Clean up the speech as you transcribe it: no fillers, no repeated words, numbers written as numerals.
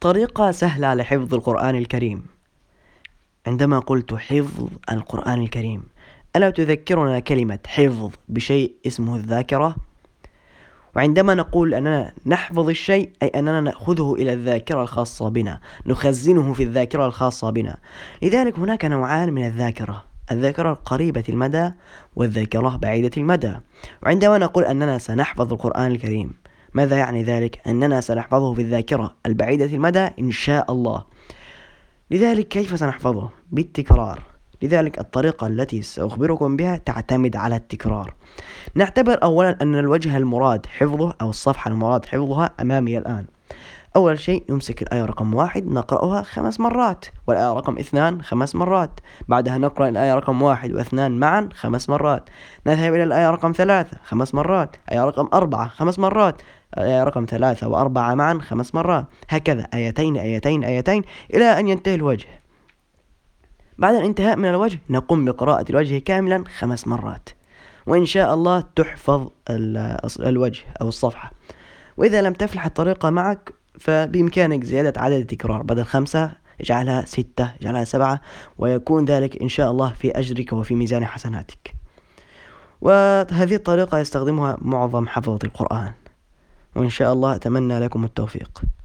طريقة سهلة لحفظ القرآن الكريم. عندما قلت حفظ القرآن الكريم، ألا تذكرنا كلمة حفظ بشيء اسمه الذاكرة؟ وعندما نقول أننا نحفظ الشيء أي أننا نأخذه إلى الذاكرة الخاصة بنا، نخزنه في الذاكرة الخاصة بنا. لذلك هناك نوعان من الذاكرة: الذاكرة القريبة المدى والذاكرة بعيدة المدى. وعندما نقول أننا سنحفظ القرآن الكريم، ماذا يعني ذلك؟ أننا سنحفظه في الذاكرة البعيدة المدى إن شاء الله. لذلك كيف سنحفظه؟ بالتكرار. لذلك الطريقة التي سأخبركم بها تعتمد على التكرار. نعتبر أولا أن الوجه المراد حفظه أو الصفحة المراد حفظها أمامي الآن. أول شيء نمسك الآية رقم 1 نقرأها 5 مرات، والآية رقم 2 5 مرات. بعدها نقرأ الآية رقم 1 و2 معا 5 مرات. نذهب إلى الآية رقم 3 5 مرات، آية رقم 4 5 مرات، آية رقم 3 و4 معا 5 مرات، هكذا آيتين آيتين آيتين إلى أن ينتهي الوجه. بعد الانتهاء من الوجه نقوم بقراءة الوجه كاملا 5 مرات، وإن شاء الله تحفظ الوجه أو الصفحة. وإذا لم تفلح الطريقة معك فبإمكانك زيادة عدد التكرار، بدل 5 اجعلها 6، اجعلها 7، ويكون ذلك إن شاء الله في أجرك وفي ميزان حسناتك. وهذه الطريقة يستخدمها معظم حفظة القرآن، وإن شاء الله أتمنى لكم التوفيق.